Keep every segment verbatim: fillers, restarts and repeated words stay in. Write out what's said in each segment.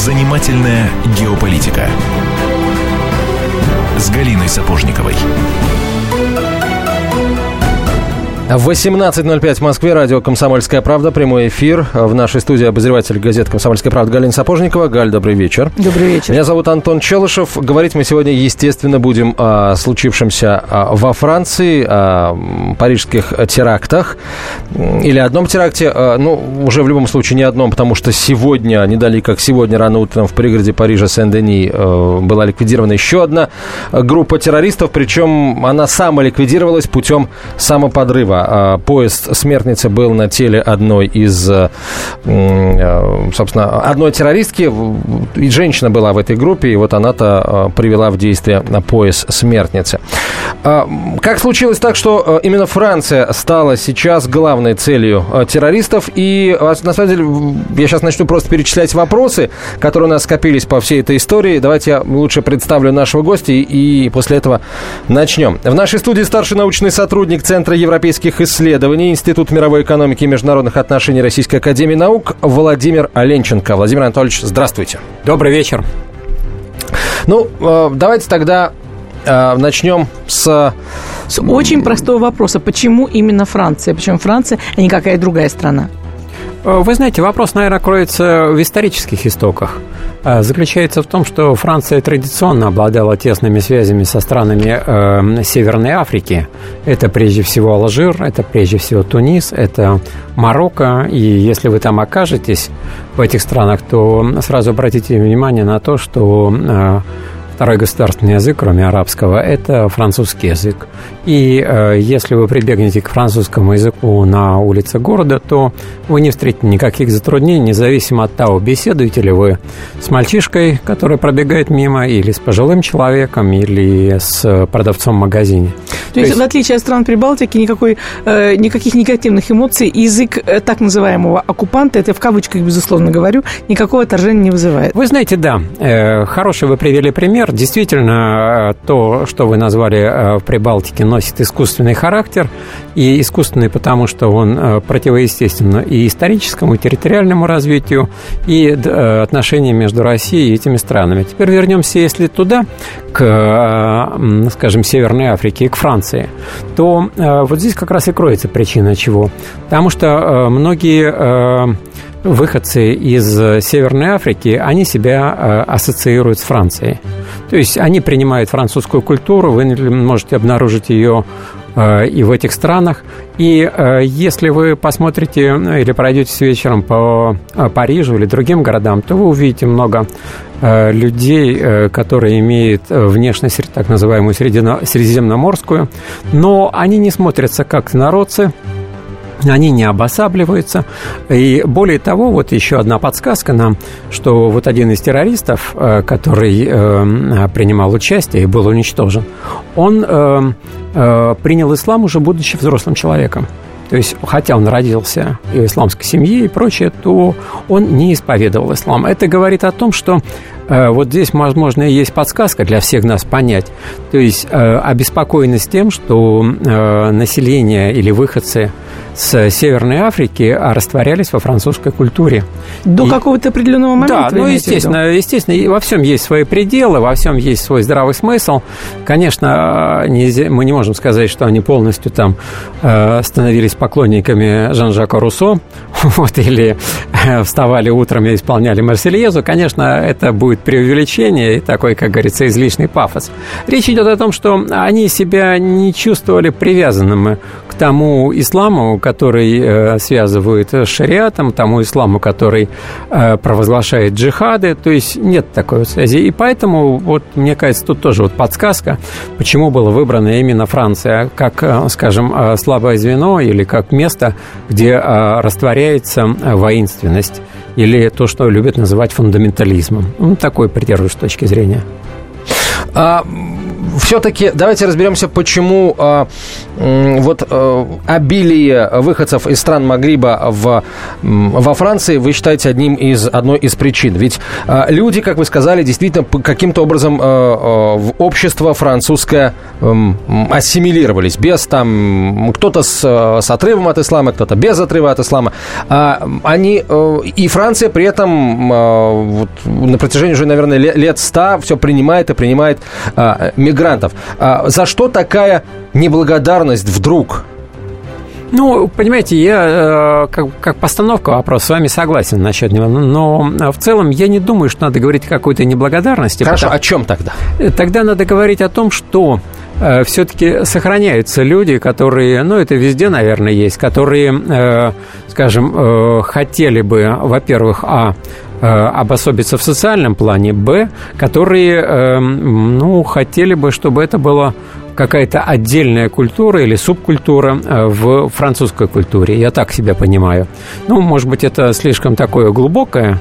Занимательная геополитика с Галиной Сапожниковой. восемнадцать ноль пять в Москве, радио «Комсомольская правда», прямой эфир. В нашей студии обозреватель газеты «Комсомольская правда» Галина Сапожникова. Галь, добрый вечер. Добрый вечер. Меня зовут Антон Челышев. Говорить мы сегодня, естественно, будем о случившемся во Франции, о парижских терактах. Или одном теракте, ну, уже в любом случае не одном, потому что сегодня, не далее как сегодня, рано утром в пригороде Парижа Сен-Дени была ликвидирована еще одна группа террористов, причем она самоликвидировалась путем самоподрыва. Поезд смертницы был на теле одной из, собственно, одной террористки. И женщина была в этой группе, и вот она-то привела в действие поезд смертницы. Как случилось так, что именно Франция стала сейчас главной целью террористов? И, на самом деле, я сейчас начну просто перечислять вопросы, которые у нас скопились по всей этой истории. Давайте я лучше представлю нашего гостя, и после этого начнем. В нашей студии старший научный сотрудник Центра европейских исследований, Институт мировой экономики и международных отношений Российской академии наук Владимир Оленченко. Владимир Анатольевич, здравствуйте. Добрый вечер. Ну, давайте тогда начнем с... С очень простого вопроса. Почему именно Франция? Почему Франция, а не какая другая страна? Вы знаете, вопрос, наверное, кроется в исторических истоках. Заключается в том, что Франция традиционно обладала тесными связями со странами э, Северной Африки. Это прежде всего Алжир, это прежде всего Тунис, это Марокко. И если вы там окажетесь, в этих странах, то сразу обратите внимание на то, что... Э, Второй государственный язык, кроме арабского, это французский язык. И э, если вы прибегнете к французскому языку на улице города, то вы не встретите никаких затруднений, независимо от того, беседуете ли вы с мальчишкой, который пробегает мимо, или с пожилым человеком, или с продавцом в магазине. То, то есть, есть, в отличие от стран Прибалтики, никакой, э, никаких негативных эмоций, язык э, так называемого оккупанта, это в кавычках, безусловно, говорю, никакого отторжения не вызывает. Вы знаете, да, э, хороший вы привели пример. Действительно, то, что вы назвали в Прибалтике, носит искусственный характер. И искусственный, потому что он противоестествен и историческому, и территориальному развитию, и отношениям между Россией и этими странами. Теперь вернемся, если туда, к, скажем, Северной Африке и к Франции, то вот здесь как раз и кроется причина чего. Потому что многие... выходцы из Северной Африки, они себя ассоциируют с Францией. То есть они принимают французскую культуру, вы можете обнаружить ее и в этих странах. И если вы посмотрите или пройдетесь вечером по Парижу или другим городам, то вы увидите много людей, которые имеют внешность так называемую средиземноморскую, но они не смотрятся как инородцы, они не обосабливаются. И более того, вот еще одна подсказка нам, что вот один из террористов, который э, принимал участие и был уничтожен, он э, э, принял ислам уже будучи взрослым человеком. То есть, хотя он родился в исламской семье и прочее, то он не исповедовал ислам. Это говорит о том, что э, вот здесь, возможно, и есть подсказка для всех нас понять. То есть, э, обеспокоенность тем, что э, население или выходцы с Северной Африки растворялись во французской культуре. До и... какого-то определенного момента? Да, ну, естественно, естественно, во всем есть свои пределы, во всем есть свой здравый смысл. Конечно, нельзя, мы не можем сказать, что они полностью там э, становились поклонниками Жан-Жака Руссо, вот, или э, вставали утром и исполняли Марсельезу. Конечно, это будет преувеличение и такой, как говорится, излишний пафос. Речь идет о том, что они себя не чувствовали привязанными к тому исламу, который э, связывает с шариатом, тому исламу, который э, провозглашает джихады, то есть нет такой вот связи. И поэтому, вот, мне кажется, тут тоже вот подсказка, почему была выбрана именно Франция как, э, скажем, э, слабое звено или как место, где э, растворяется воинственность или то, что любят называть фундаментализмом. Ну, такой придерживаюсь точки зрения. А, все-таки давайте разберемся, почему э, э, вот э, обилие выходцев из стран Магриба в, э, во Франции вы считаете одним из, одной из причин. Ведь э, люди, как вы сказали, действительно каким-то образом э, э, в общество французское э, ассимилировались. Без там, кто-то с, с отрывом от ислама, кто-то без отрыва от ислама. А, они, э, и Франция при этом э, вот, на протяжении уже, наверное, лет ста все принимает и принимает э, мигрантов. А, за что такая неблагодарность вдруг? Ну, понимаете, я как, как постановка вопроса с вами согласен насчет него, но в целом я не думаю, что надо говорить о какой-то неблагодарности. Хорошо, потому... о чем тогда? Тогда надо говорить о том, что э, все-таки сохраняются люди, которые, ну, это везде, наверное, есть, которые, э, скажем, э, хотели бы, во-первых, а обособиться в социальном плане, б, которые, э, ну, хотели бы, чтобы это была какая-то отдельная культура или субкультура в французской культуре. Я так себя понимаю. Ну, может быть, это слишком такое глубокое,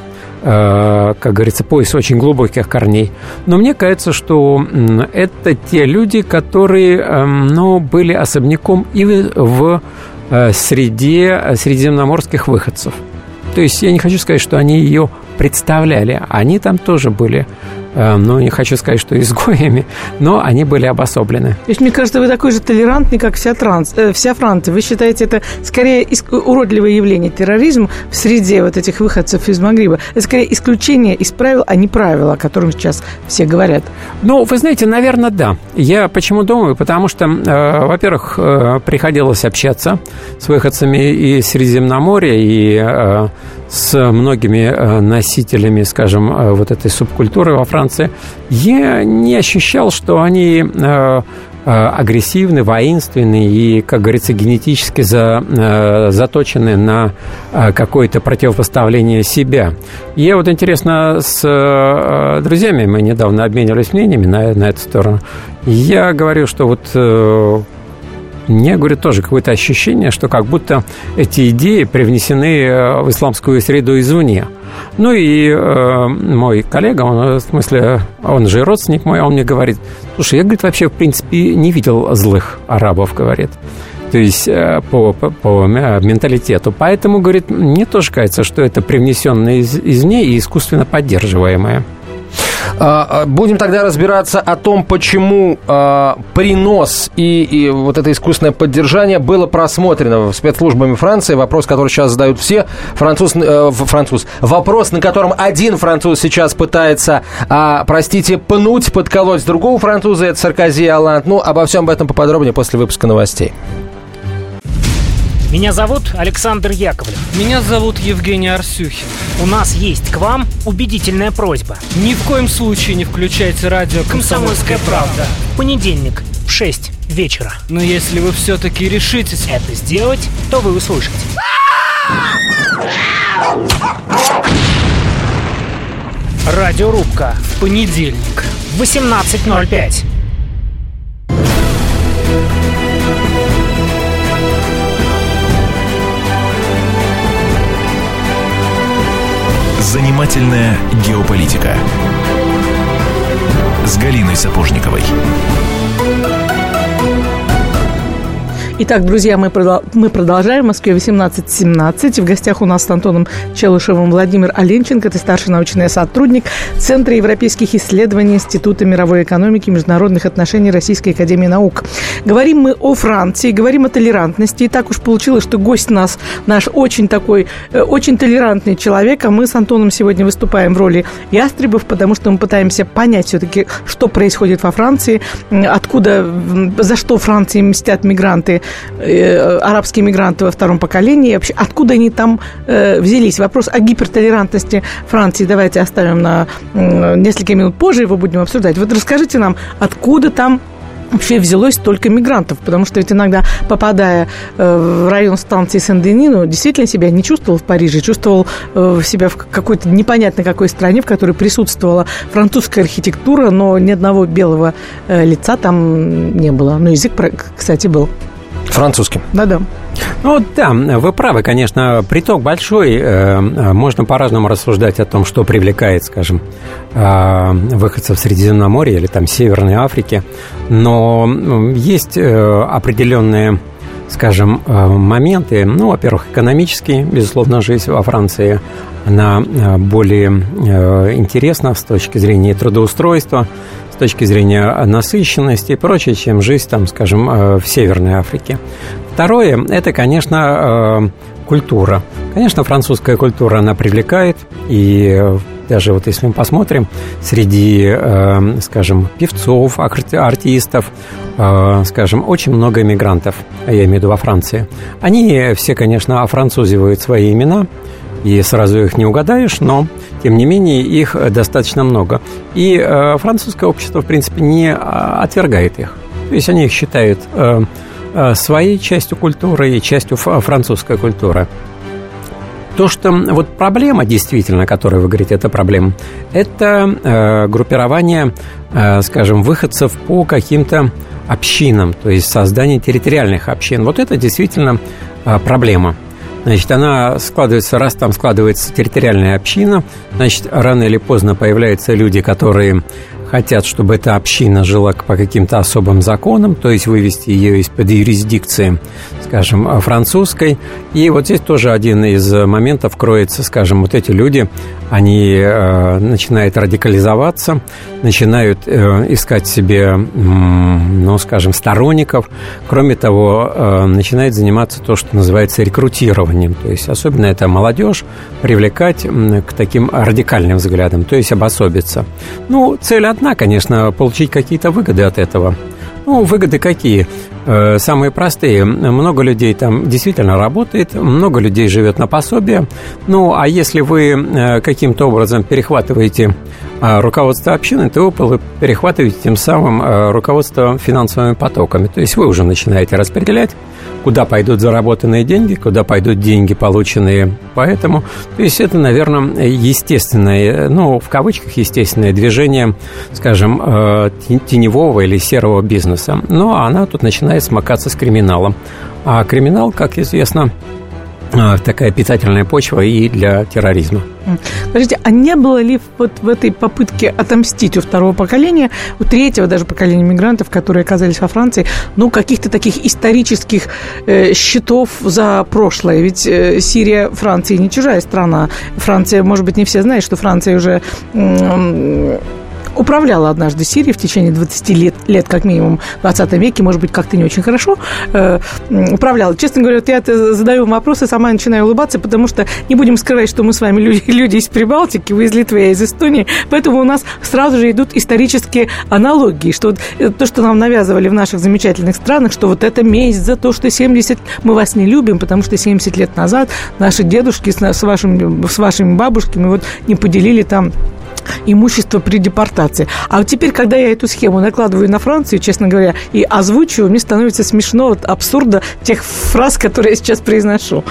э, как говорится, пояс очень глубоких корней. Но мне кажется, что это те люди, которые, э, ну, были особняком и в э, среде средиземноморских выходцев. То есть я не хочу сказать, что они ее представляли. Они там тоже были, э, ну, не хочу сказать, что изгоями, но они были обособлены. То есть, мне кажется, вы такой же толерантный, как вся, транс, э, вся Франция. Вы считаете, это скорее иск- уродливое явление, терроризм в среде вот этих выходцев из Магриба? Это скорее исключение из правил, а не правила, о котором сейчас все говорят. Ну, вы знаете, наверное, да. Я почему думаю? Потому что, э, во-первых, э, приходилось общаться с выходцами и Средиземноморья, и э, с многими э, носителями, скажем, э, вот этой субкультуры во Франции. Я не ощущал, что они э, э, агрессивны, воинственны и, как говорится, генетически за, э, заточены на э, какое-то противопоставление себя. Я вот, интересно, с э, друзьями, мы недавно обменивались мнениями на, на эту сторону. Я говорю, что вот... Э, Мне, говорю, тоже какое-то ощущение, что как будто эти идеи привнесены в исламскую среду извне. Ну и э, мой коллега, он, в смысле, он же родственник мой, он мне говорит: слушай, я, говорит, вообще, в принципе, не видел злых арабов, говорит. То есть э, по, по, по менталитету. Поэтому, говорит, мне тоже кажется, что это привнесенное из, извне и искусственно поддерживаемое. Будем тогда разбираться о том, почему э, принос и, и вот это искусственное поддержание было просмотрено спецслужбами Франции. Вопрос, который сейчас задают все. Француз, э, француз. Вопрос, на котором один француз сейчас пытается, э, простите, пнуть, подколоть другого француза. Это Саркози и Олланд. Ну, обо всем об этом поподробнее после выпуска новостей. Меня зовут Александр Яковлев. Меня зовут Евгений Арсюхин. У нас есть к вам убедительная просьба. Ни в коем случае не включайте радио «Комсомольская правда». В понедельник в шесть вечера. Но если вы все-таки решитесь это сделать, то вы услышите. Радиорубка. В понедельник. восемнадцать ноль пять. Занимательная геополитика с Галиной Сапожниковой. Итак, друзья, мы, продол- мы продолжаем. В Москве восемнадцать семнадцать. В гостях у нас с Антоном Челышевым Владимир Оленченко. Это старший научный сотрудник Центра европейских исследований Института мировой экономики и международных отношений Российской академии наук. Говорим мы о Франции, говорим о толерантности. И так уж получилось, что гость нас, наш очень такой, очень толерантный человек. А мы с Антоном сегодня выступаем в роли ястребов, потому что мы пытаемся понять все-таки, что происходит во Франции, откуда, за что Франции мстят мигранты, арабские мигранты во втором поколении, вообще откуда они там э, взялись. Вопрос о гипертолерантности Франции давайте оставим на э, несколько минут позже, его будем обсуждать. Вот расскажите нам, откуда там вообще взялось столько мигрантов, потому что ведь иногда, попадая э, в район станции Сен-Дени, ну, действительно себя не чувствовал в Париже, чувствовал э, себя в какой-то непонятно какой стране, в которой присутствовала французская архитектура, но ни одного белого э, лица там не было. Но язык, кстати, был Французским. Да-да. Ну да, вы правы, конечно, приток большой, можно по-разному рассуждать о том, что привлекает, скажем, выходцев Средиземноморья или там Северной Африки, но есть определенные, скажем, моменты. Ну, во-первых, экономические, безусловно, жизнь во Франции, она более интересна с точки зрения трудоустройства, с точки зрения насыщенности и прочее, чем жизнь, там, скажем, в Северной Африке. Второе – это, конечно, культура. Конечно, французская культура, она привлекает, и даже вот если мы посмотрим, среди, скажем, певцов, артистов, скажем, очень много эмигрантов, я имею в виду во Франции. Они все, конечно, офранцузивают свои имена, и сразу их не угадаешь, но, тем не менее, их достаточно много. И французское общество, в принципе, не отвергает их. То есть они их считают своей частью культуры и частью французской культуры. То, что вот проблема, действительно, о которой вы говорите, это проблема, это э, группирование, э, скажем, выходцев по каким-то общинам, то есть создание территориальных общин. Вот это действительно э, проблема. Значит, она складывается, раз там складывается территориальная община, значит, рано или поздно появляются люди, которые хотят, чтобы эта община жила по каким-то особым законам, то есть вывести ее из-под юрисдикции, скажем, французской. И вот здесь тоже один из моментов кроется, скажем, вот эти люди, они э, начинают радикализоваться, начинают э, искать себе, э, ну, скажем, сторонников. Кроме того, э, начинают заниматься то, что называется рекрутированием. То есть особенно это молодежь привлекать э, к таким радикальным взглядам, то есть обособиться. Ну, цель одна, конечно, получить какие-то выгоды от этого. Ну, выгоды какие? Э, самые простые. Много людей там действительно работает, много людей живет на пособие. Ну, а если вы э, каким-то образом перехватываете э, руководство общины, то вы перехватываете тем самым э, руководство финансовыми потоками. То есть вы уже начинаете распределять, куда пойдут заработанные деньги, куда пойдут деньги, полученные поэтому. То есть это, наверное, естественное, ну, в кавычках, естественное движение, скажем, э, теневого или серого бизнеса. Но она тут начинает смыкаться с криминалом. А криминал, как известно, такая питательная почва и для терроризма. Скажите, а не было ли вот в этой попытке отомстить у второго поколения, у третьего даже поколения мигрантов, которые оказались во Франции, ну, каких-то таких исторических э, счетов за прошлое? Ведь э, Сирия Франции не чужая страна. Франция, может быть, не все знают, что Франция уже... Э, управляла однажды Сирией в течение двадцати лет, лет как минимум, в двадцатом веке, может быть, как-то не очень хорошо э, управляла. Честно говоря, вот я задаю вопросы, сама начинаю улыбаться, потому что не будем скрывать, что мы с вами люди, люди из Прибалтики, вы из Литвы, я из Эстонии, поэтому у нас сразу же идут исторические аналогии, что вот то, что нам навязывали в наших замечательных странах, что вот это месть за то, что семьдесят... Мы вас не любим, потому что семьдесят лет назад наши дедушки с, с, вашими, с вашими бабушками вот не поделили там имущество при депортации. А вот теперь, когда я эту схему накладываю на Францию, честно говоря, и озвучиваю, мне становится смешно от абсурда тех фраз, которые я сейчас произношу.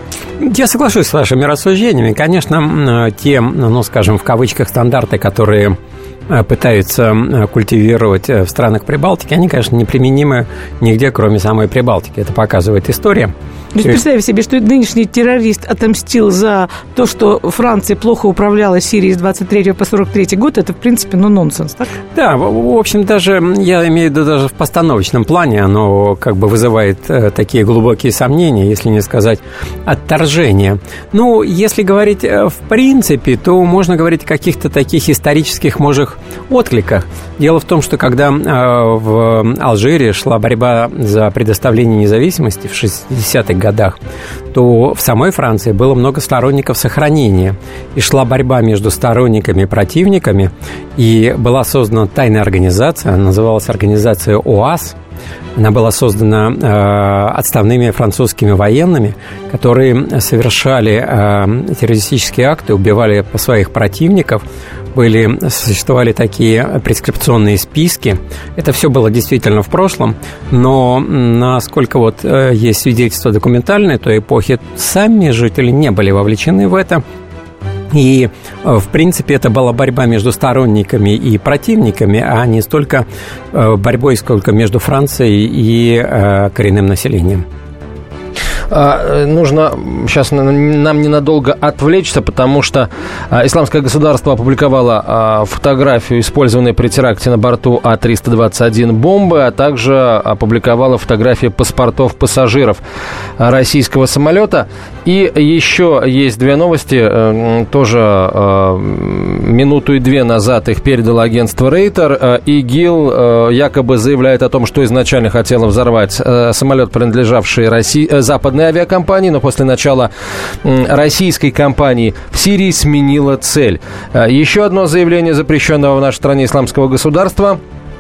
Я соглашусь с вашими рассуждениями. Конечно, те, ну, скажем, в кавычках, стандарты, которые пытаются культивировать в странах Прибалтики, они, конечно, неприменимы нигде, кроме самой Прибалтики. Это показывает история. То есть, представьте себе, что нынешний террорист отомстил за то, что Франция плохо управляла Сирией с двадцать третьего по сорок третий год, это, в принципе, ну, нонсенс, так? Да, в общем, даже, я имею в виду, даже в постановочном плане оно как бы вызывает такие глубокие сомнения, если не сказать отторжение. Ну, если говорить в принципе, то можно говорить о каких-то таких исторических, может, откликах. Дело в том, что когда в Алжире шла борьба за предоставление независимости в шестидесятых годах, то в самой Франции было много сторонников сохранения. И шла борьба между сторонниками и противниками. И была создана тайная организация, она называлась организация ОАС. Она была создана э, отставными французскими военными, которые совершали э, террористические акты, убивали своих противников. Были, существовали такие прескрипционные списки. Это все было действительно в прошлом, но насколько вот э, есть свидетельства документальные той эпохи, сами жители не были вовлечены в это. И, в принципе, это была борьба между сторонниками и противниками, а не столько борьбой, сколько между Францией и коренным населением. Нужно сейчас нам ненадолго отвлечься, потому что Исламское государство опубликовало фотографию, использованной при теракте на борту А триста двадцать один бомбы, а также опубликовало фотографии паспортов пассажиров российского самолета. И еще есть две новости, тоже минуту и две назад их передало агентство Рейтер. ИГИЛ якобы заявляет о том, что изначально хотела взорвать самолет, принадлежавший России, западной авиакомпании, но после начала российской компании в Сирии сменила цель. Еще одно заявление запрещенного в нашей стране исламского государства.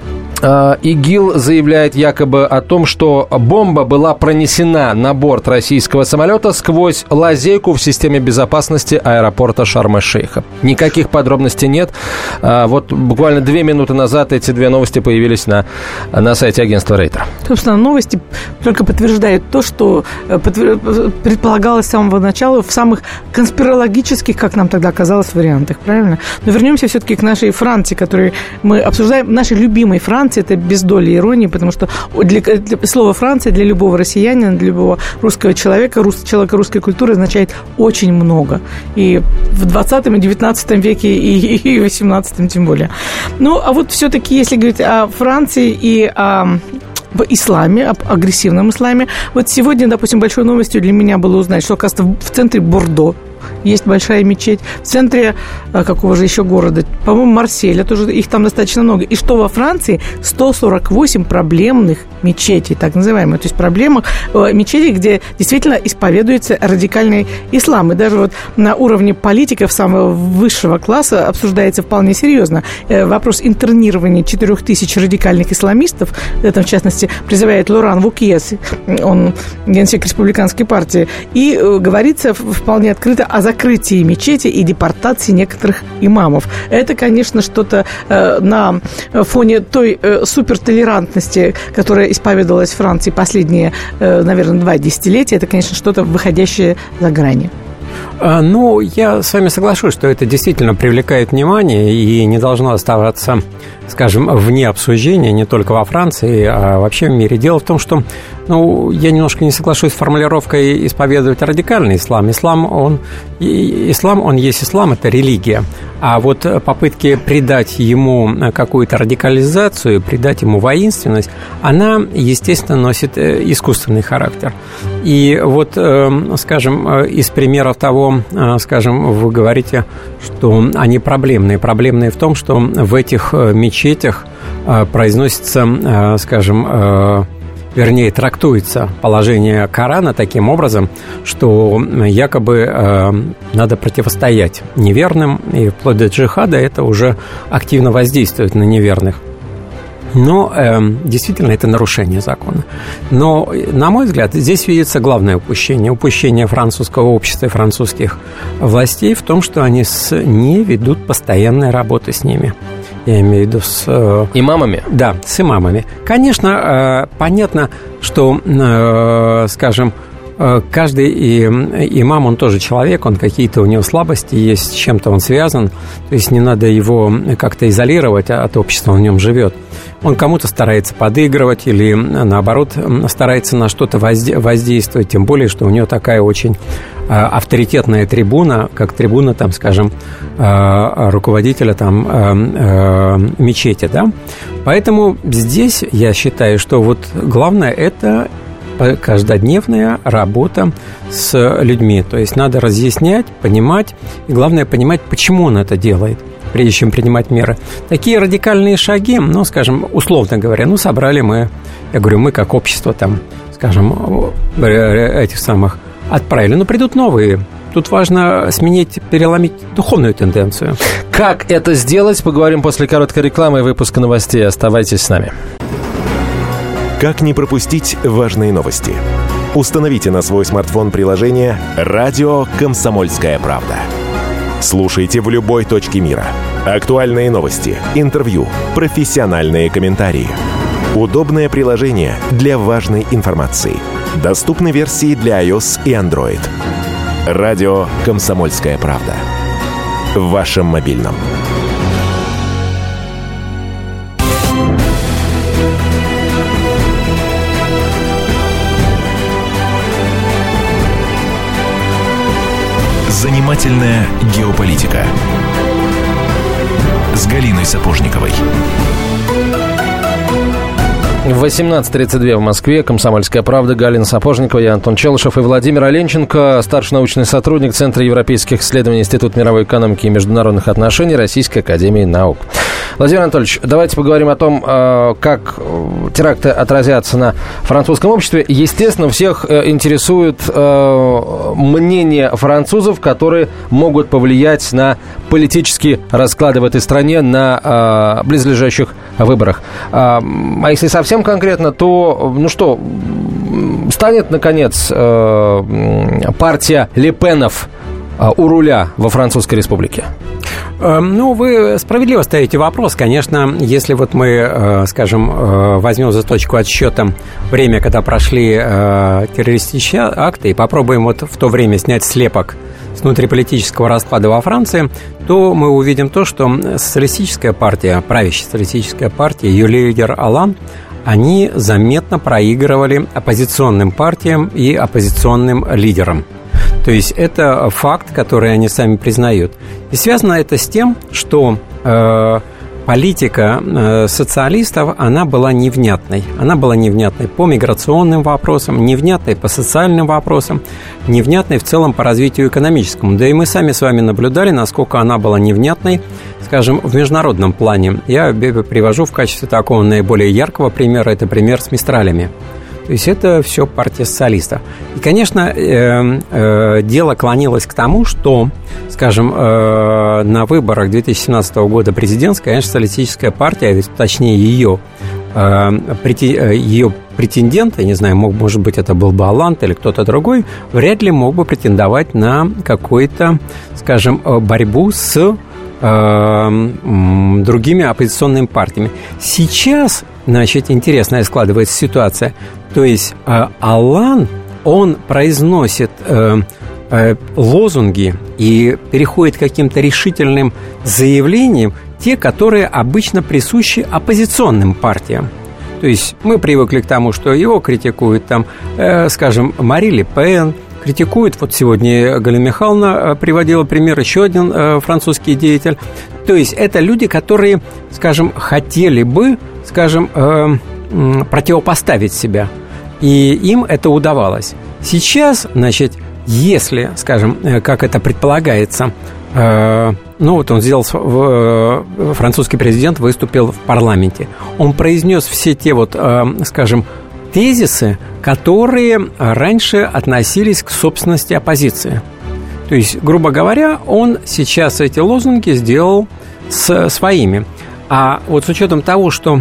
ИГИЛ заявляет якобы о том, что бомба была пронесена на борт российского самолета сквозь лазейку в системе безопасности аэропорта Шарм-эль-Шейха. Никаких подробностей нет. Вот буквально две минуты назад эти две новости появились на, на сайте агентства Рейтер. Собственно, новости только подтверждают то, что предполагалось с самого начала в самых конспирологических, как нам тогда казалось, вариантах. Правильно? Но вернемся все-таки к нашей Франции, которую мы обсуждаем, нашей любимой Франции. Это без доли иронии, потому что для, для, слово «Франция» для любого россиянина, для любого русского человека, рус, человека русской культуры означает очень много. И в двадцатом и девятнадцатом веке, и, и в восемнадцатом тем более. Ну, а вот все-таки, если говорить о Франции и о в исламе, об агрессивном исламе, вот сегодня, допустим, большой новостью для меня было узнать, что, оказывается, в центре Бордо есть большая мечеть. В центре а, какого же еще города? По-моему, Марселя тоже, их там достаточно много. И что во Франции сто сорок восемь проблемных мечетей, так называемых, то есть проблемных э, мечетей, где действительно исповедуется радикальный ислам. И даже вот на уровне политиков самого высшего класса обсуждается вполне серьезно э, вопрос интернирования четырех тысяч радикальных исламистов. Это, в частности, призывает Лоран Вукьес, он генсек республиканской партии. И э, говорится вполне открыто о закрытии мечети и депортации некоторых имамов. Это, конечно, что-то э, на фоне той э, супертолерантности, которая исповедовалась в Франции последние, э, наверное, два десятилетия. Это, конечно, что-то выходящее за грани. Ну, я с вами соглашусь, что это действительно привлекает внимание и не должно оставаться, скажем, вне обсуждения не только во Франции, а вообще в мире. Дело в том, что, ну, я немножко не соглашусь с формулировкой исповедовать радикальный ислам. Ислам, он, ислам, он есть ислам, это религия. А вот попытки придать ему какую-то радикализацию, придать ему воинственность, она, естественно, носит искусственный характер. И вот, скажем, из примеров того, скажем, вы говорите, что они проблемные. Проблемные в том, что в этих мечетях произносится, скажем, вернее, трактуется положение Корана таким образом, что якобы э, надо противостоять неверным, и вплоть до джихада это уже активно воздействует на неверных. Но э, действительно это нарушение закона. Но, на мой взгляд, здесь видится главное упущение. Упущение французского общества и французских властей в том, что они с, не ведут постоянной работы с ними. Я имею в виду с... Э, имамами? Да, с имамами. Конечно, э, понятно, что, э, скажем, э, каждый и, имам, он тоже человек, он какие-то у него слабости есть, с чем-то он связан, то есть не надо его как-то изолировать от общества, он в нем живет. Он кому-то старается подыгрывать или, наоборот, старается на что-то воздействовать, тем более, что у него такая очень авторитетная трибуна, как трибуна, там, скажем, руководителя там, мечети, да? Поэтому здесь я считаю, что вот главное – это каждодневная работа с людьми. То есть надо разъяснять, понимать, и главное понимать, почему он это делает, прежде чем принимать меры. Такие радикальные шаги, ну, скажем, условно говоря, ну, собрали мы, я говорю, мы как общество там, скажем, этих самых отправили, но придут новые. Тут важно сменить, переломить духовную тенденцию. Как это сделать, поговорим после короткой рекламы и выпуска новостей. Оставайтесь с нами. Как не пропустить важные новости? Установите на свой смартфон приложение «Радио Комсомольская правда». Слушайте в любой точке мира. Актуальные новости, интервью, профессиональные комментарии. Удобное приложение для важной информации. Доступны версии для iOS и Android. «Радио Комсомольская правда». В вашем мобильном. Занимательная геополитика с Галиной Сапожниковой. восемнадцать тридцать два в Москве. «Комсомольская правда», Галина Сапожникова, я Антон Челышев и Владимир Оленченко, старший научный сотрудник Центра европейских исследований Института мировой экономики и международных отношений Российской академии наук. Владимир Анатольевич, давайте поговорим о том, как теракты отразятся на французском обществе. Естественно, всех интересует мнение французов, которые могут повлиять на политические расклады в этой стране на близлежащих выборах. А если совсем конкретно, то, ну что, станет, наконец, партия Ле Пенов у руля во Французской Республике? Ну, вы справедливо ставите вопрос. Конечно, если вот мы, скажем, возьмем за точку отсчета время, когда прошли террористические акты, и попробуем вот в то время снять слепок с внутриполитического расклада во Франции, то мы увидим то, что социалистическая партия, правящая социалистическая партия, ее лидер Олланд, они заметно проигрывали оппозиционным партиям и оппозиционным лидерам. То есть это факт, который они сами признают. И связано это с тем, что э, политика э, социалистов, она была невнятной. Она была невнятной по миграционным вопросам, невнятной по социальным вопросам, невнятной в целом по развитию экономическому. Да и мы сами с вами наблюдали, насколько она была невнятной, скажем, в международном плане. Я привожу в качестве такого наиболее яркого примера, это пример с Мистралями. То есть это все партия социалистов. И, конечно, э, э, дело клонилось к тому, что, скажем, э, на выборах две тысячи семнадцатого года президентской, конечно, социалистическая партия, точнее ее, э, прети, ее претендент, я не знаю, мог, может быть, это был бы Олланд или кто-то другой, вряд ли мог бы претендовать на какую-то, скажем, борьбу с другими оппозиционными партиями. Сейчас, значит, интересная складывается ситуация. То есть Олланд, он произносит э, э, лозунги и переходит к каким-то решительным заявлениям, те, которые обычно присущи оппозиционным партиям. То есть мы привыкли к тому, что его критикуют, там, э, скажем, Мари Ле Пен, критикует, вот сегодня Галина Михайловна приводила пример, еще один э, французский деятель. То есть это люди, которые, скажем, хотели бы, скажем, э, противопоставить себя, и им это удавалось. Сейчас, значит, если, скажем, как это предполагается, э, ну вот он сделал, э, французский президент выступил в парламенте, он произнес все те вот, э, скажем, тезисы, которые раньше относились к собственности оппозиции. То есть, грубо говоря, он сейчас эти лозунги сделал с, своими. А вот с учетом того, что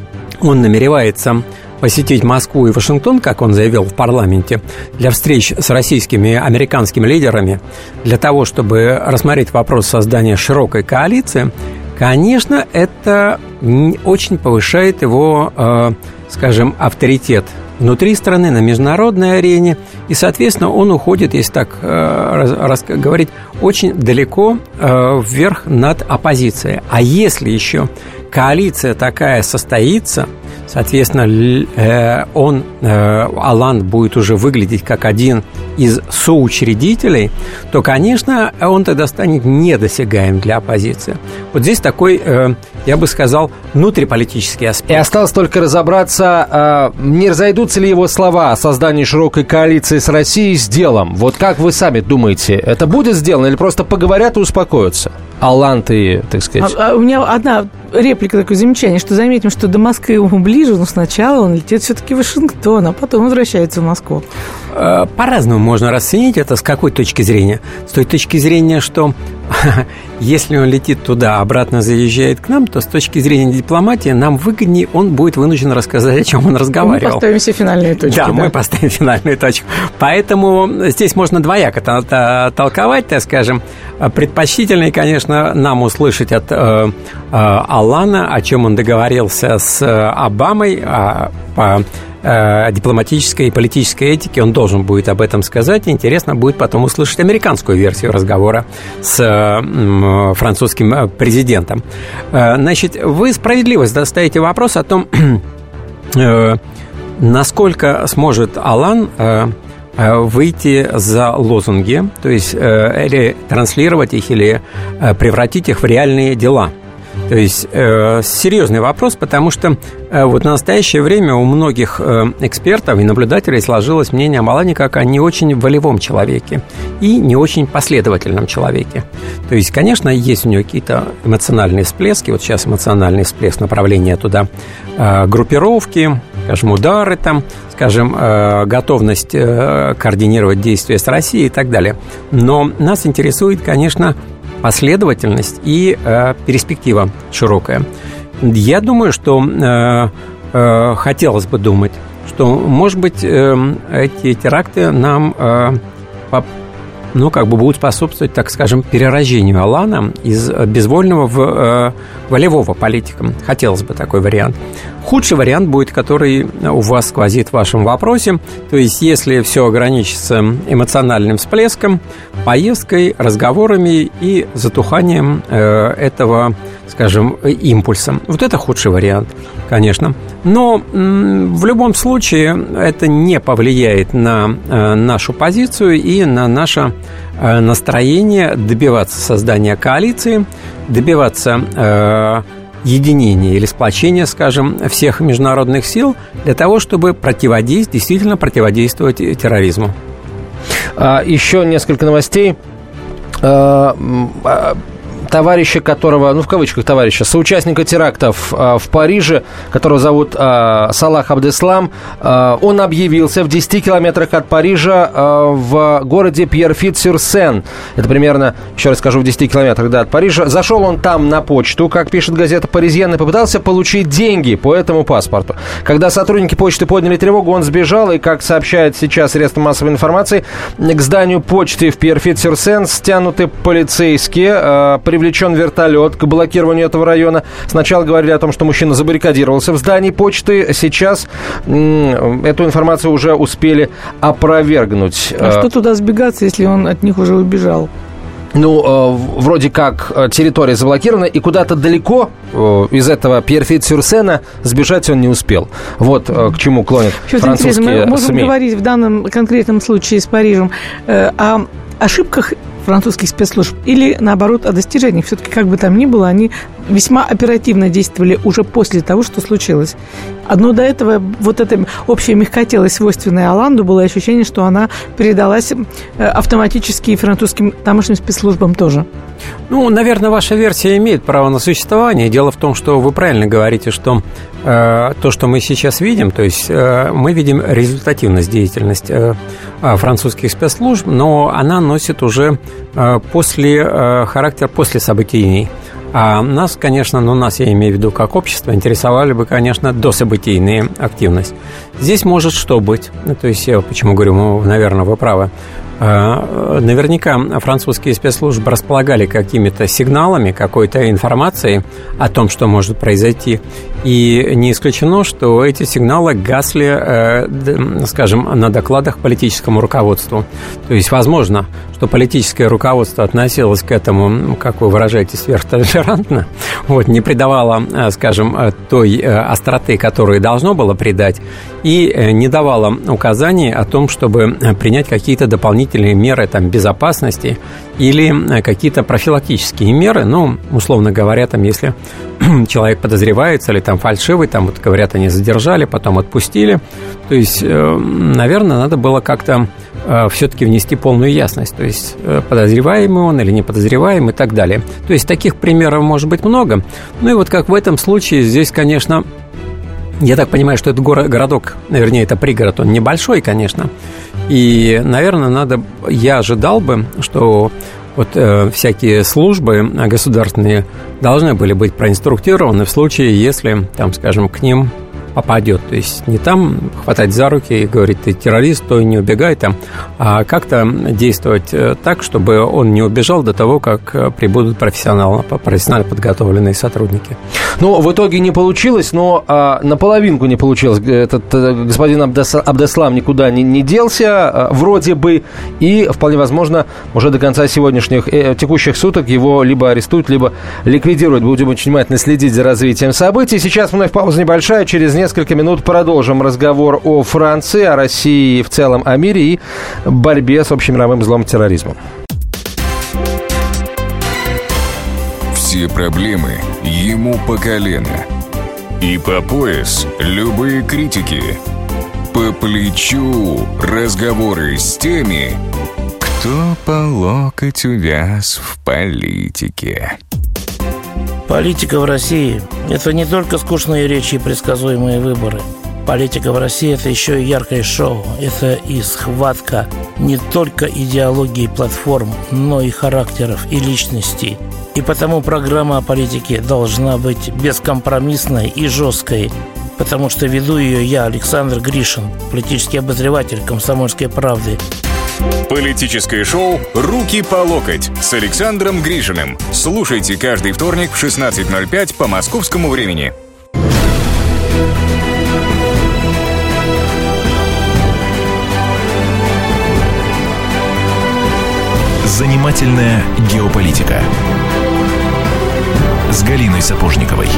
он намеревается посетить Москву и Вашингтон, как он заявил в парламенте, для встреч с российскими и американскими лидерами, для того, чтобы рассмотреть вопрос создания широкой коалиции, конечно, это очень повышает его, э, скажем, авторитет внутри страны, на международной арене, и, соответственно, он уходит, если так э, раз, раз, говорить, очень далеко э, вверх над оппозицией. А если еще коалиция такая состоится, соответственно, он, Олланд, будет уже выглядеть как один из соучредителей, то, конечно, он тогда станет недосягаем для оппозиции. Вот здесь такой, я бы сказал, внутриполитический аспект. И осталось только разобраться, не разойдутся ли его слова о создании широкой коалиции с Россией с делом. Вот как вы сами думаете, это будет сделано или просто поговорят и успокоятся? Олланд и, так сказать... А, а у меня одна реплика, такое замечание, что заметим, что до Москвы ему ближе, но сначала он летит все-таки в Вашингтон, а потом возвращается в Москву. По-разному можно расценить это. С какой точки зрения? С той точки зрения, что если он летит туда, обратно заезжает к нам, то с точки зрения дипломатии нам выгоднее, он будет вынужден рассказать, о чем он разговаривал. Мы поставим все финальные точки. Да, да, мы поставим финальную точку. Поэтому здесь можно двояко толковать, так скажем. Предпочтительнее, конечно, нам услышать от э, э, Олланда, о чем он договорился с Обамой, а, по э, дипломатической и политической этике он должен будет об этом сказать. Интересно будет потом услышать американскую версию разговора с э, французским президентом. Э, значит, вы справедливо ставите вопрос о том, э, насколько сможет Олланд э, выйти за лозунги, то есть или транслировать их, или превратить их в реальные дела. То есть э, серьезный вопрос, потому что э, вот на настоящее время у многих э, экспертов и наблюдателей сложилось мнение о Малане как о не очень волевом человеке и не очень последовательном человеке. То есть, конечно, есть у него какие-то эмоциональные всплески, вот сейчас эмоциональный всплеск, направления туда, э, группировки, скажем, удары там, скажем, э, готовность э, координировать действия с Россией и так далее. Но нас интересует, конечно, последовательность и э, перспектива широкая. Я думаю, что э, э, хотелось бы думать, что, может быть, э, эти теракты нам э, по, ну, как бы будут способствовать, так скажем, перерождению Алана из безвольного в э, волевого политика. Хотелось бы такой вариант. Худший вариант будет, который у вас сквозит в вашем вопросе. То есть, если все ограничится эмоциональным всплеском, поездкой, разговорами и затуханием э, этого, скажем, импульса. Вот это худший вариант, конечно. Но м- в любом случае это не повлияет на э, нашу позицию и на наше э, настроение добиваться создания коалиции, добиваться э, единения или сплочения, скажем, всех международных сил для того, чтобы противодействовать, действительно противодействовать терроризму. А, еще несколько новостей. А, товарища, которого, ну, в кавычках товарища, соучастника терактов э, в Париже, которого зовут э, Салах Абдеслам, э, он объявился в десяти километрах от Парижа э, в городе Пьер-Фит-Сюр-Сен. Это примерно, еще раз скажу, в десяти километрах, да, от Парижа. Зашел он там на почту, как пишет газета «Паризьен», и попытался получить деньги по этому паспорту. Когда сотрудники почты подняли тревогу, он сбежал, и, как сообщает сейчас средства массовой информации, к зданию почты в Пьер-Фит-Сюр-Сен стянуты полицейские, э, привлечен вертолет к блокированию этого района. Сначала говорили о том, что мужчина забаррикадировался в здании почты. Сейчас м- эту информацию уже успели опровергнуть. А что туда сбегаться, если он от них уже убежал? Ну, э, вроде как территория заблокирована, и куда-то далеко э, из этого Пьер-Фит-Сюр-Сена сбежать он не успел. Вот э, к чему клонят Что французские интересно, мы можем СМИ. говорить в данном конкретном случае с Парижем э, о ошибках французских спецслужб или, наоборот, о достижениях. Все-таки, как бы там ни было, они весьма оперативно действовали уже после того, что случилось. Одно до этого, вот эта общая мягкотелость, свойственная Оланду, было ощущение, что она передалась автоматически и французским тамошним спецслужбам тоже. Ну, наверное, ваша версия имеет право на существование. Дело в том, что вы правильно говорите, что э, то, что мы сейчас видим, то есть э, мы видим результативность деятельности э, французских спецслужб, но она носит уже э, после, э, характер после событий. А нас, конечно, ну нас, я имею в виду как общество, интересовали бы, конечно, дособытийная активность. Здесь может что быть? Ну, то есть я почему говорю, ну, наверное, вы правы. Наверняка французские спецслужбы располагали какими-то сигналами, какой-то информацией о том, что может произойти. И не исключено, что эти сигналы гасли, скажем, на докладах политическому руководству. То есть, возможно, что политическое руководство относилось к этому, как вы выражаетесь, сверхтолерантно, вот, не придавало, скажем, той остроты, которую должно было придать, и не давало указаний о том, чтобы принять какие-то дополнительные меры там, безопасности или какие-то профилактические меры, ну, условно говоря, там, если человек подозревается или там фальшивый, там, вот, говорят, они задержали, потом отпустили, то есть, наверное, надо было как-то все-таки внести полную ясность, то есть подозреваемый он или не подозреваемый и так далее. То есть таких примеров может быть много. Ну и вот как в этом случае здесь, конечно, я так понимаю, что этот город, городок, вернее, это пригород, он небольшой, конечно, и, наверное, надо, я ожидал бы, что вот э, всякие службы государственные должны были быть проинструктированы в случае, если, там, скажем, к ним попадет. То есть не там хватать за руки и говорить, ты террорист, то и не убегай там, а как-то действовать так, чтобы он не убежал до того, как прибудут профессионалы, профессионально подготовленные сотрудники. Ну, в итоге не получилось, но а, наполовинку не получилось. Этот а, господин Абдес, Абдеслам никуда не, не делся, а, вроде бы, и, вполне возможно, уже до конца сегодняшних э, текущих суток его либо арестуют, либо ликвидируют. Будем очень внимательно следить за развитием событий. Сейчас вновь пауза небольшая, через несколько несколько минут продолжим разговор о Франции, о России и в целом о мире и борьбе с общемировым злом терроризмом. Все проблемы ему по колено. И по пояс любые критики. По плечу разговоры с теми, кто по локоть увяз в политике. Политика в России – это не только скучные речи и предсказуемые выборы. Политика в России – это еще и яркое шоу. Это и схватка не только идеологии и платформ, но и характеров и личностей. И потому программа о политике должна быть бескомпромиссной и жесткой, потому что веду ее я, Александр Гришин, политический обозреватель «Комсомольской правды». Политическое шоу «Руки по локоть» с Александром Гришиным. Слушайте каждый вторник в шестнадцать ноль пять по московскому времени. Занимательная геополитика с Галиной Сапожниковой.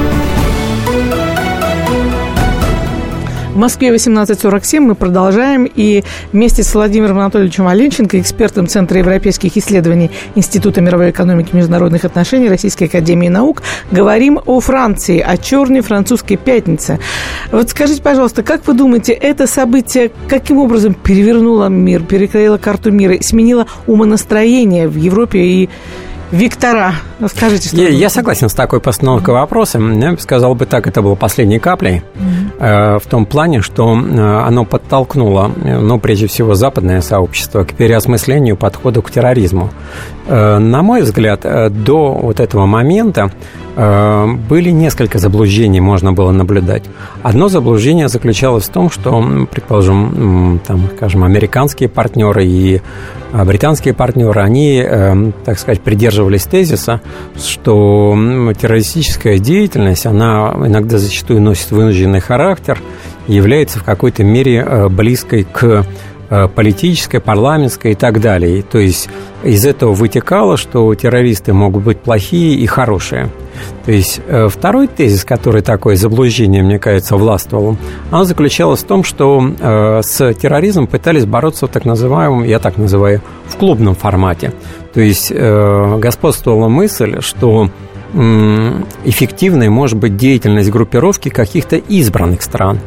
В Москве восемнадцать сорок семь мы продолжаем, и вместе с Владимиром Анатольевичем Аленченко, экспертом Центра европейских исследований Института мировой экономики и международных отношений Российской академии наук, говорим о Франции, о черной французской пятнице. Вот скажите, пожалуйста, как вы думаете, это событие каким образом перевернуло мир, перекроило карту мира, сменило умонастроение в Европе и Виктора? Скажите, что я, я согласен с такой постановкой вопроса. Я бы сказал бы так, это было последней каплей, mm-hmm. э, в том плане, что э, оно подтолкнуло, ну, прежде всего, западное сообщество к переосмыслению подхода к терроризму. Э, на мой взгляд, э, до вот этого момента э, были несколько заблуждений, можно было наблюдать. Одно заблуждение заключалось в том, что, предположим, там, скажем, американские партнеры и британские партнеры, они, э, так сказать, придерживались тезиса, что террористическая деятельность, она иногда зачастую носит вынужденный характер и является в какой-то мере э, близкой к э, политической, парламентской и так далее. То есть из этого вытекало, что террористы могут быть плохие и хорошие. То есть второй тезис, который такое заблуждение, мне кажется, властвовал, оно заключалось в том, что э, с терроризмом пытались бороться в так называемом, я так называю, в клубном формате. То есть э, господствовала мысль, что э, эффективной может быть деятельность группировки каких-то избранных стран.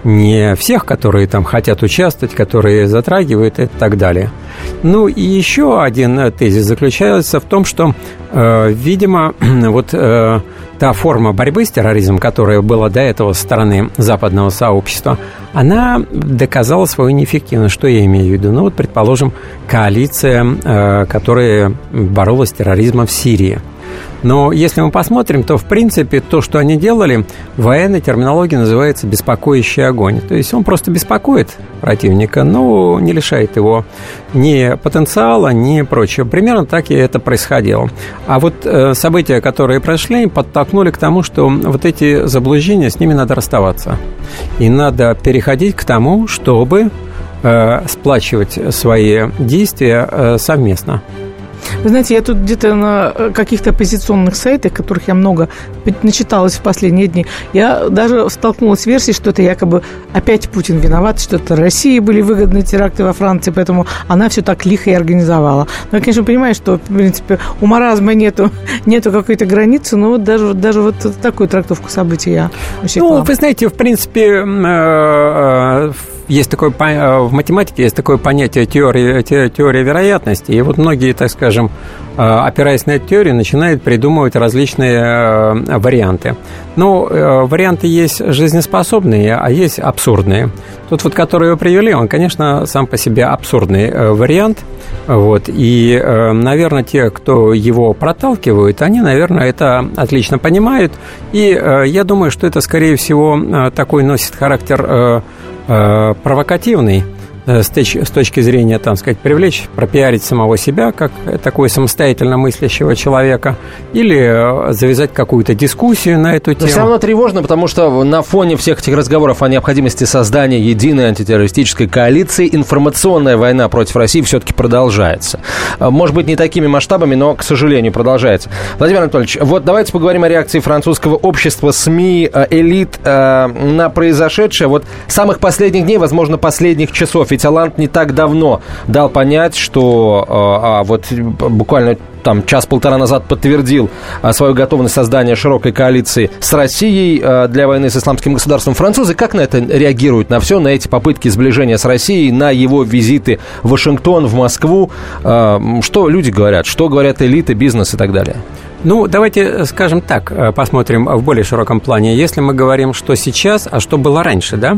Не всех, которые там хотят участвовать, которые затрагивают и так далее. Ну и еще один тезис заключается в том, что, э, видимо, вот э, та форма борьбы с терроризмом, которая была до этого со стороны западного сообщества, она доказала свою неэффективность. Что я имею в виду? Ну вот, предположим, коалиция, э, которая боролась с терроризмом в Сирии. Но если мы посмотрим, то, в принципе, то, что они делали, в военной терминологии называется «беспокоящий огонь». То есть он просто беспокоит противника, но не лишает его ни потенциала, ни прочего. Примерно так и это происходило. А вот э, события, которые прошли, подтолкнули к тому, что вот эти заблуждения, с ними надо расставаться. И надо переходить к тому, чтобы э, сплачивать свои действия э, совместно. Вы знаете, я тут где-то на каких-то оппозиционных сайтах, которых я много начиталась в последние дни, я даже столкнулась с версией, что это якобы опять Путин виноват, что это России были выгодны теракты во Франции, поэтому она все так лихо и организовала. Но я, конечно, понимаю, что, в принципе, у маразма нету, нету какой-то границы, но вот даже, даже вот такую трактовку событий я усекла. Ну, вы знаете, в принципе, есть такое, в математике есть такое понятие теория, теория вероятности, и вот многие, так скажем, опираясь на эту теорию, начинают придумывать различные варианты. Но варианты есть жизнеспособные, а есть абсурдные. Тот, вот, который вы привели, он, конечно, сам по себе абсурдный вариант. Вот, и, наверное, те, кто его проталкивают, они, наверное, это отлично понимают. И я думаю, что это, скорее всего, такой носит характер провокативный. с точки, с точки зрения, там сказать, привлечь, пропиарить самого себя, как такой самостоятельно мыслящего человека, или завязать какую-то дискуссию на эту тему. Но все равно тревожно, потому что на фоне всех этих разговоров о необходимости создания единой антитеррористической коалиции информационная война против России все-таки продолжается. Может быть, не такими масштабами, но, к сожалению, продолжается. Владимир Анатольевич, вот давайте поговорим о реакции французского общества, СМИ, элит на произошедшее. Вот с самых последних дней, возможно, последних часов. Ведь Олланд не так давно дал понять, что а, вот буквально там час-полтора назад подтвердил а, свою готовность создания широкой коалиции с Россией а, для войны с исламским государством. Французы как на это реагируют, на все, на эти попытки сближения с Россией, на его визиты в Вашингтон, в Москву? А, что люди говорят, что говорят элиты, бизнес и так далее? Ну, давайте, скажем так, посмотрим в более широком плане. Если мы говорим, что сейчас, а что было раньше, да?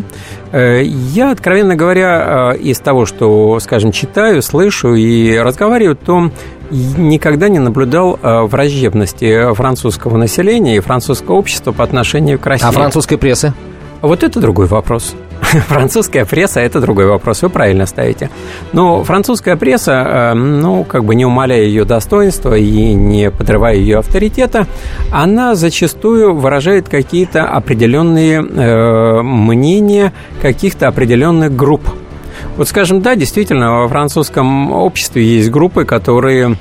Я, откровенно говоря, из того, что, скажем, читаю, слышу и разговариваю, то никогда не наблюдал враждебности французского населения и французского общества по отношению к России. А французской прессы? Вот это другой вопрос. Французская пресса – это другой вопрос, вы правильно ставите. Но французская пресса, ну, как бы не умаляя ее достоинства и не подрывая ее авторитета, она зачастую выражает какие-то определенные э, мнения каких-то определенных групп. Вот, скажем, да, действительно, во французском обществе есть группы, которые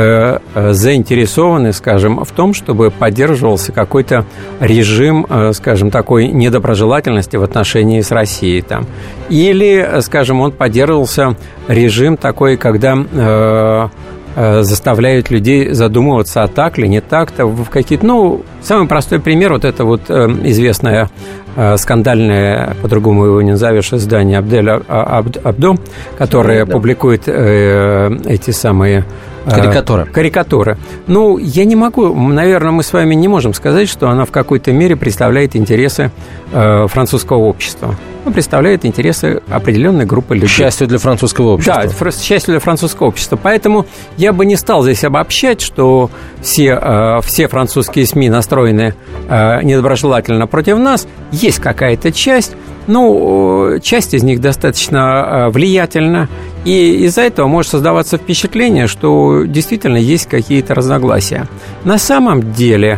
заинтересованы, скажем, в том, чтобы поддерживался какой-то режим, скажем, такой недоброжелательности в отношении с Россией там. Или, скажем, он поддерживался режим такой, когда э, э, заставляют людей задумываться, а так ли, не так-то, в какие-то... Ну, самый простой пример, вот это вот э, известное э, скандальное, по-другому его не назовешь, издание Абдель Абдо, которое да. публикует э, эти самые... Карикатуры. Карикатуры. Ну, я не могу, наверное, мы с вами не можем сказать, что она в какой-то мере представляет интересы э, французского общества. Она представляет интересы определенной группы людей. К счастью для французского общества. Да, к счастью для французского общества. Поэтому я бы не стал здесь обобщать, что все, э, все французские СМИ настроены э, недоброжелательно против нас. Есть какая-то часть, ну, часть из них достаточно влиятельна, и из-за этого может создаваться впечатление, что действительно есть какие-то разногласия. На самом деле,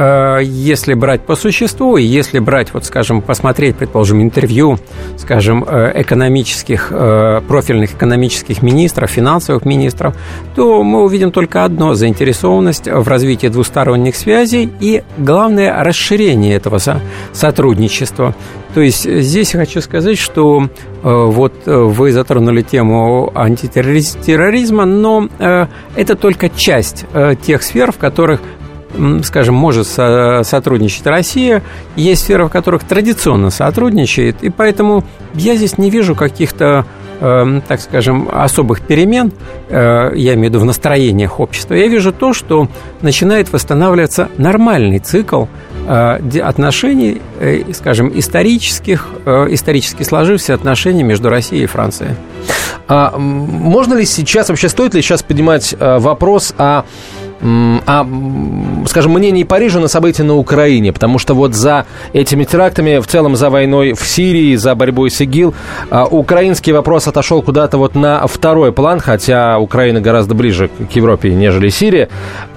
если брать по существу, и если брать, вот, скажем, посмотреть, предположим, интервью, скажем, экономических, профильных экономических министров, финансовых министров, то мы увидим только одно – заинтересованность в развитии двусторонних связей и, главное, расширение этого сотрудничества. То есть здесь я хочу сказать, что вот вы затронули тему антитерроризма, но это только часть тех сфер, в которых, скажем, может сотрудничать Россия. Есть сферы, в которых традиционно сотрудничает, и поэтому я здесь не вижу каких-то, так скажем, особых перемен, я имею в виду в настроениях общества. Я вижу то, что начинает восстанавливаться нормальный цикл отношений, скажем, исторических, исторически сложившихся отношений между Россией и Францией. А можно ли сейчас, вообще стоит ли сейчас поднимать вопрос о, о, скажем, мнении Парижа на события на Украине? Потому что вот за этими терактами, в целом за войной в Сирии, за борьбой с ИГИЛ, украинский вопрос отошел куда-то вот на второй план, хотя Украина гораздо ближе к Европе, нежели Сирия.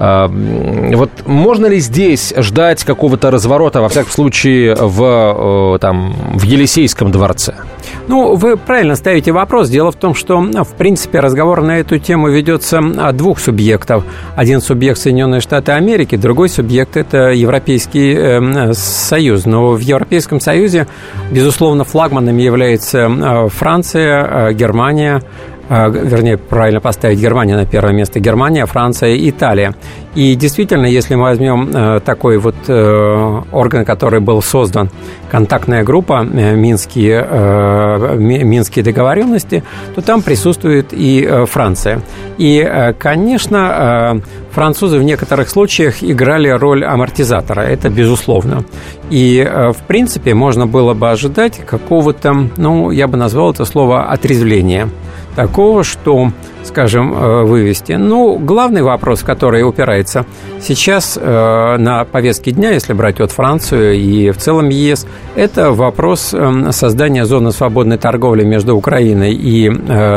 Вот можно ли здесь ждать какого-то разворота, во всяком случае, в, там, в Елисейском дворце? Ну, вы правильно ставите вопрос. Дело в том, что, в принципе, разговор на эту тему ведется от двух субъектов. Один субъект – Соединенные Штаты Америки, другой субъект – это Европейский э, Союз. Но в Европейском Союзе, безусловно, флагманами является Франция, Германия, вернее, правильно поставить Германия на первое место, Германия, Франция, Италия. И действительно, если мы возьмем такой вот орган, который был создан, контактная группа, Минские, Минские договоренности, то там присутствует и Франция. И, конечно, французы в некоторых случаях играли роль амортизатора, это безусловно. И, в принципе, можно было бы ожидать какого-то, ну, я бы назвал это слово «отрезвления». Такого, что, скажем, вывести. Ну, главный вопрос, который упирается сейчас на повестке дня, если брать вот Францию и в целом ЕС, это вопрос создания зоны свободной торговли между Украиной и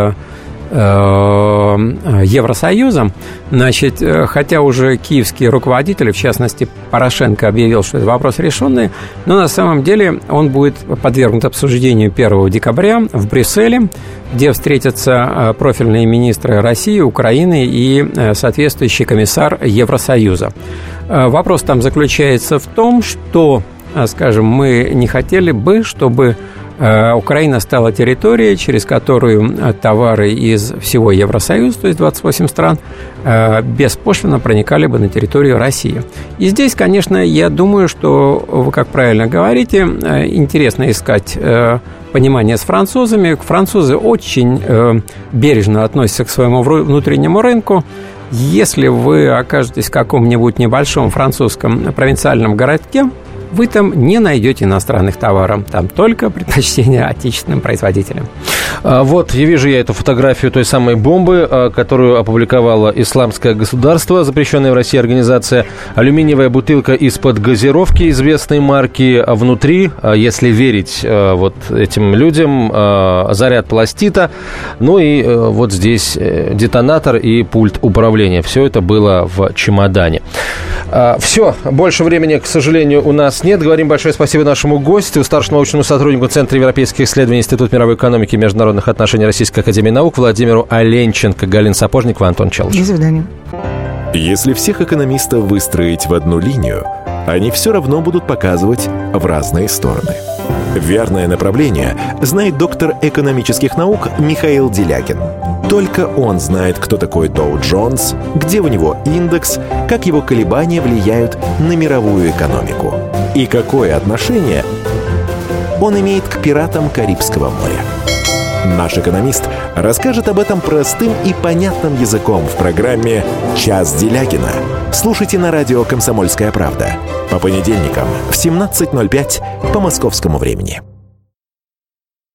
Евросоюзом. Значит, хотя уже киевские руководители, в частности, Порошенко объявил, что это вопрос решенный, но на самом деле он будет подвергнут обсуждению первого декабря в Брюсселе, где встретятся профильные министры России, Украины и соответствующий комиссар Евросоюза. Вопрос там заключается в том, что, скажем, мы не хотели бы, чтобы Украина стала территорией, через которую товары из всего Евросоюза, то есть двадцать восемь стран, беспошлино проникали бы на территорию России. И здесь, конечно, я думаю, что, вы как правильно говорите, интересно искать понимание с французами. Французы очень бережно относятся к своему внутреннему рынку. Если вы окажетесь в каком-нибудь небольшом французском провинциальном городке, вы там не найдете иностранных товаров. Там только предпочтение отечественным производителям. А вот, я вижу я эту фотографию той самой бомбы, которую опубликовало Исламское государство, запрещенная в России организация. Алюминиевая бутылка из-под газировки известной марки. Внутри, если верить вот этим людям, заряд пластита. Ну и вот здесь детонатор и пульт управления. Все это было в чемодане. Все, больше времени, к сожалению, у нас нет. Говорим большое спасибо нашему гостю, старшему научному сотруднику Центра европейских исследований Института мировой экономики и международных отношений Российской академии наук Владимиру Аленченко, Галина Сапожникова, Антон Челыш. До свидания. Если всех экономистов выстроить в одну линию, они все равно будут показывать в разные стороны. Верное направление знает доктор экономических наук Михаил Делякин. Только он знает, кто такой Доу Джонс, где у него индекс, как его колебания влияют на мировую экономику и какое отношение он имеет к пиратам Карибского моря. Наш экономист расскажет об этом простым и понятным языком в программе «Час Делякина». Слушайте на радио «Комсомольская правда» по понедельникам в семнадцать ноль пять по московскому времени.